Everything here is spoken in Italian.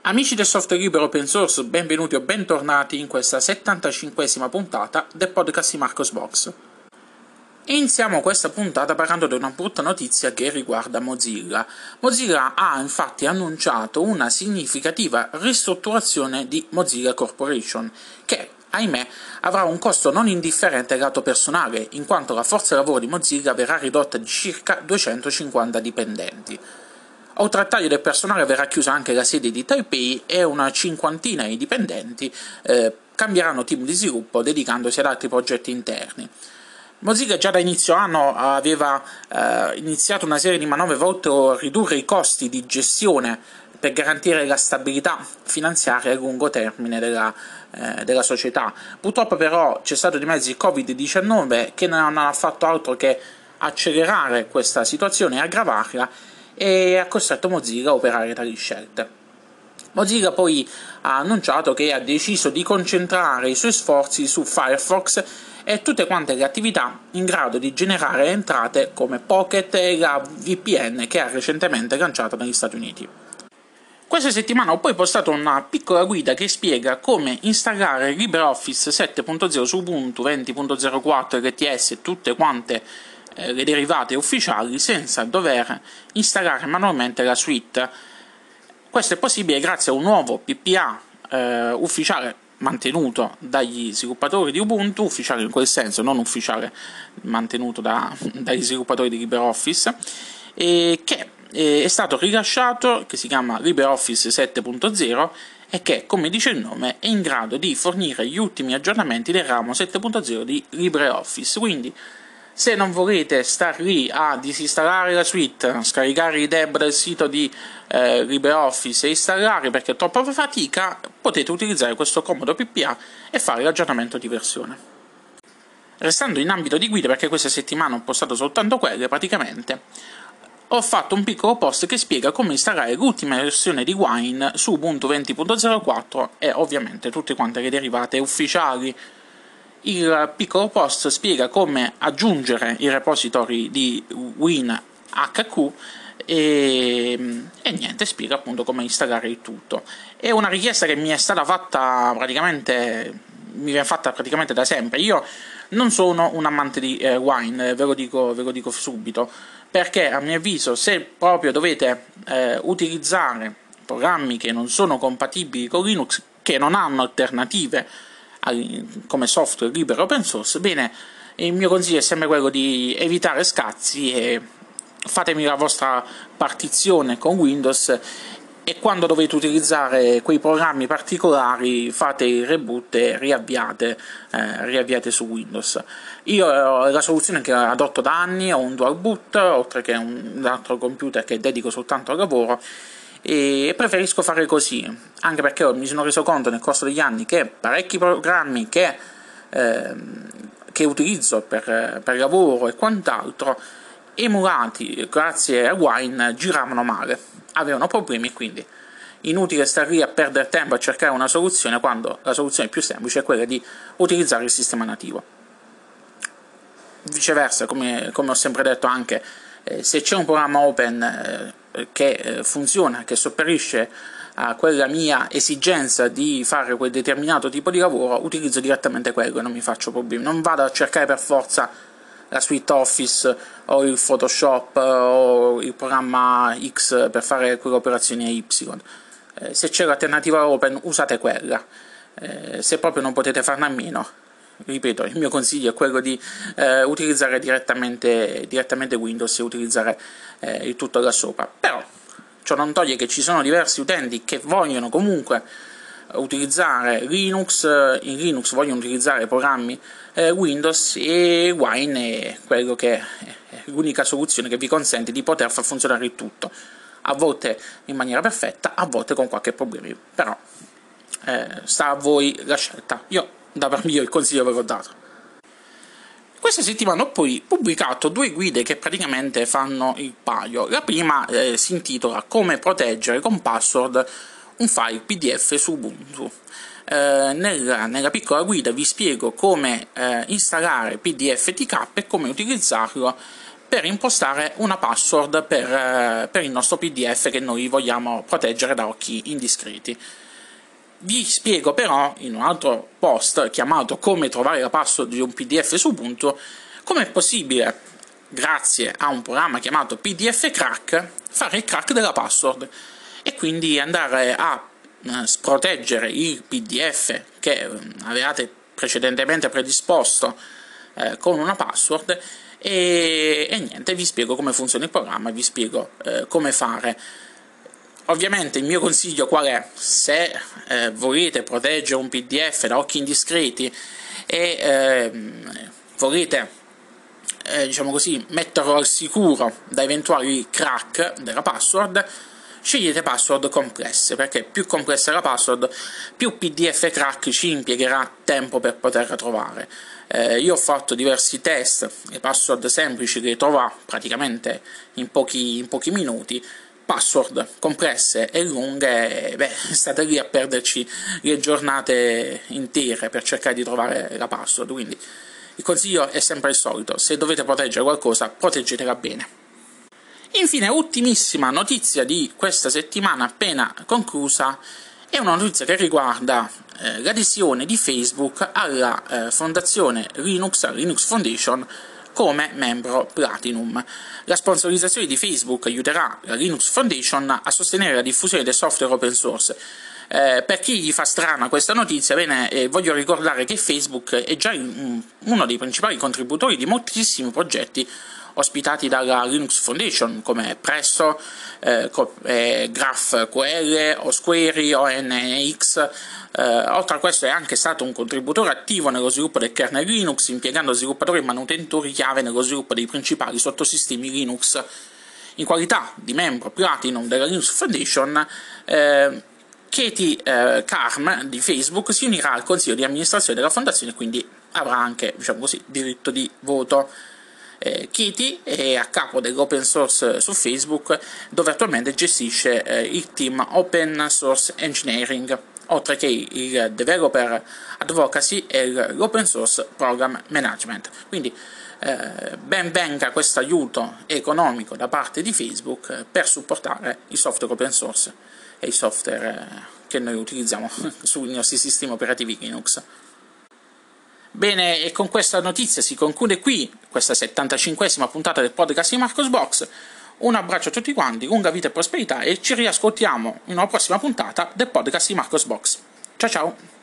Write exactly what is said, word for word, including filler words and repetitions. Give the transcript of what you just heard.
Amici del software libero open source, benvenuti o bentornati in questa settantacinquesima puntata del podcast di Marcosbox. Iniziamo questa puntata parlando di una brutta notizia che riguarda Mozilla. Mozilla ha infatti annunciato una significativa ristrutturazione di Mozilla Corporation, che, ahimè, avrà un costo non indifferente lato personale, in quanto la forza lavoro di Mozilla verrà ridotta di circa duecentocinquanta dipendenti. Oltre al taglio del personale verrà chiusa anche la sede di Taipei e una cinquantina di dipendenti eh, cambieranno team di sviluppo dedicandosi ad altri progetti interni. Mozilla già da inizio anno aveva eh, iniziato una serie di manovre volte a ridurre i costi di gestione per garantire la stabilità finanziaria a lungo termine della, eh, della società. Purtroppo però c'è stato di mezzo il covid diciannove che non ha fatto altro che accelerare questa situazione e aggravarla, e ha costretto Mozilla a operare tali scelte. Mozilla poi ha annunciato che ha deciso di concentrare i suoi sforzi su Firefox e tutte quante le attività in grado di generare entrate come Pocket e la V P N che ha recentemente lanciato negli Stati Uniti. Questa settimana ho poi postato una piccola guida che spiega come installare LibreOffice sette punto zero su Ubuntu venti punto zero quattro R T S e tutte quante le derivate ufficiali senza dover installare manualmente la suite. Questo è possibile grazie a un nuovo P P A eh, ufficiale mantenuto dagli sviluppatori di Ubuntu, ufficiale in quel senso, non ufficiale mantenuto da, dagli sviluppatori di LibreOffice, e che è stato rilasciato, che si chiama LibreOffice sette punto zero e che, come dice il nome, è in grado di fornire gli ultimi aggiornamenti del ramo sette punto zero di LibreOffice. Quindi se non volete star lì a disinstallare la suite, scaricare i deb dal sito di eh, LibreOffice e installare perché è troppa fatica, potete utilizzare questo comodo P P A e fare l'aggiornamento di versione. Restando in ambito di guida, perché questa settimana ho postato soltanto quelle praticamente, ho fatto un piccolo post che spiega come installare l'ultima versione di Wine su Ubuntu venti punto zero quattro e ovviamente tutte quante le derivate ufficiali. Il piccolo post spiega come aggiungere i repository di WinHQ e, e niente, spiega appunto come installare il tutto. È una richiesta che mi è stata fatta praticamente, mi viene fatta praticamente da sempre. Io non sono un amante di eh, Wine, ve lo dico, ve lo dico subito, perché a mio avviso se proprio dovete eh, utilizzare programmi che non sono compatibili con Linux, che non hanno alternative come software libero open source, bene, il mio consiglio è sempre quello di evitare scazzi e fatemi la vostra partizione con Windows, e quando dovete utilizzare quei programmi particolari fate il reboot e riavviate, eh, riavviate su Windows. Io ho la soluzione che adotto da anni, ho un dual boot oltre che un altro computer che dedico soltanto al lavoro, e preferisco fare così, anche perché mi sono reso conto nel corso degli anni che parecchi programmi che, eh, che utilizzo per, per lavoro e quant'altro, emulati grazie a Wine, giravano male, avevano problemi, quindi inutile stare lì a perdere tempo a cercare una soluzione quando la soluzione più semplice è quella di utilizzare il sistema nativo. Viceversa, come, come ho sempre detto anche, eh, se c'è un programma open eh, che eh, funziona, che sopperisce a quella mia esigenza di fare quel determinato tipo di lavoro, utilizzo direttamente quello e non mi faccio problemi. Non vado a cercare per forza la suite Office o il Photoshop o il programma X per fare quell'operazione Y. Eh, se c'è l'alternativa open, usate quella. Eh, se proprio non potete farne a meno, ripeto, il mio consiglio è quello di eh, utilizzare direttamente, direttamente Windows e utilizzare eh, il tutto da sopra. Però ciò non toglie che ci sono diversi utenti che vogliono comunque utilizzare Linux, in Linux vogliono utilizzare programmi eh, Windows, e Wine è quello che è l'unica soluzione che vi consente di poter far funzionare il tutto, a volte in maniera perfetta, a volte con qualche problema, però eh, sta a voi la scelta. Io da per mio il consiglio ve l'ho dato. Questa settimana ho poi pubblicato due guide che praticamente fanno il paio. La prima eh, si intitola Come proteggere con password un file P D F su Ubuntu. Eh, nella, nella piccola guida vi spiego come eh, installare P D F T K e come utilizzarlo per impostare una password per, eh, per il nostro P D F che noi vogliamo proteggere da occhi indiscreti. Vi spiego però in un altro post chiamato "Come trovare la password di un P D F su Ubuntu" come è possibile, grazie a un programma chiamato P D F Crack, fare il crack della password e quindi andare a eh, proteggere il P D F che eh, avevate precedentemente predisposto eh, con una password. E, e niente, vi spiego come funziona il programma, vi spiego eh, come fare. Ovviamente il mio consiglio qual è? Se eh, volete proteggere un P D F da occhi indiscreti e eh, volete eh, diciamo così metterlo al sicuro da eventuali crack della password, scegliete password complesse, perché più complessa è la password, più P D F crack ci impiegherà tempo per poterla trovare. Eh, io ho fatto diversi test, le password semplici le trovo praticamente in pochi, in pochi minuti. Password complesse e lunghe, beh, state lì a perderci le giornate intere per cercare di trovare la password. Quindi il consiglio è sempre il solito: se dovete proteggere qualcosa, proteggetela bene. Infine, ultimissima notizia di questa settimana appena conclusa è una notizia che riguarda eh, l'adesione di Facebook alla eh, fondazione Linux, Linux Foundation, come membro Platinum. La sponsorizzazione di Facebook aiuterà la Linux Foundation a sostenere la diffusione del software open source. Eh, per chi gli fa strana questa notizia, bene, eh, voglio ricordare che Facebook è già in, uno dei principali contributori di moltissimi progetti ospitati dalla Linux Foundation, come Presto, eh, eh, GraphQL, Osquery, O N X. Eh, oltre a questo è anche stato un contributore attivo nello sviluppo del kernel Linux, impiegando sviluppatori e manutentori chiave nello sviluppo dei principali sottosistemi Linux. In qualità di membro Platinum della Linux Foundation, eh, Katie eh, Karm di Facebook si unirà al consiglio di amministrazione della fondazione e quindi avrà anche, diciamo così, diritto di voto. Eh, Katie è a capo dell'open source su Facebook, dove attualmente gestisce eh, il team Open Source Engineering, oltre che il Developer Advocacy e l'Open Source Program Management. Quindi eh, ben venga questo aiuto economico da parte di Facebook per supportare il software open source e i software eh, che noi utilizziamo sui nostri sistemi operativi Linux. Bene, e con questa notizia si conclude qui questa settantacinquesima puntata del podcast di Marcosbox. Un abbraccio a tutti quanti, lunga vita e prosperità, e ci riascoltiamo in una prossima puntata del podcast di Marcosbox. Ciao ciao!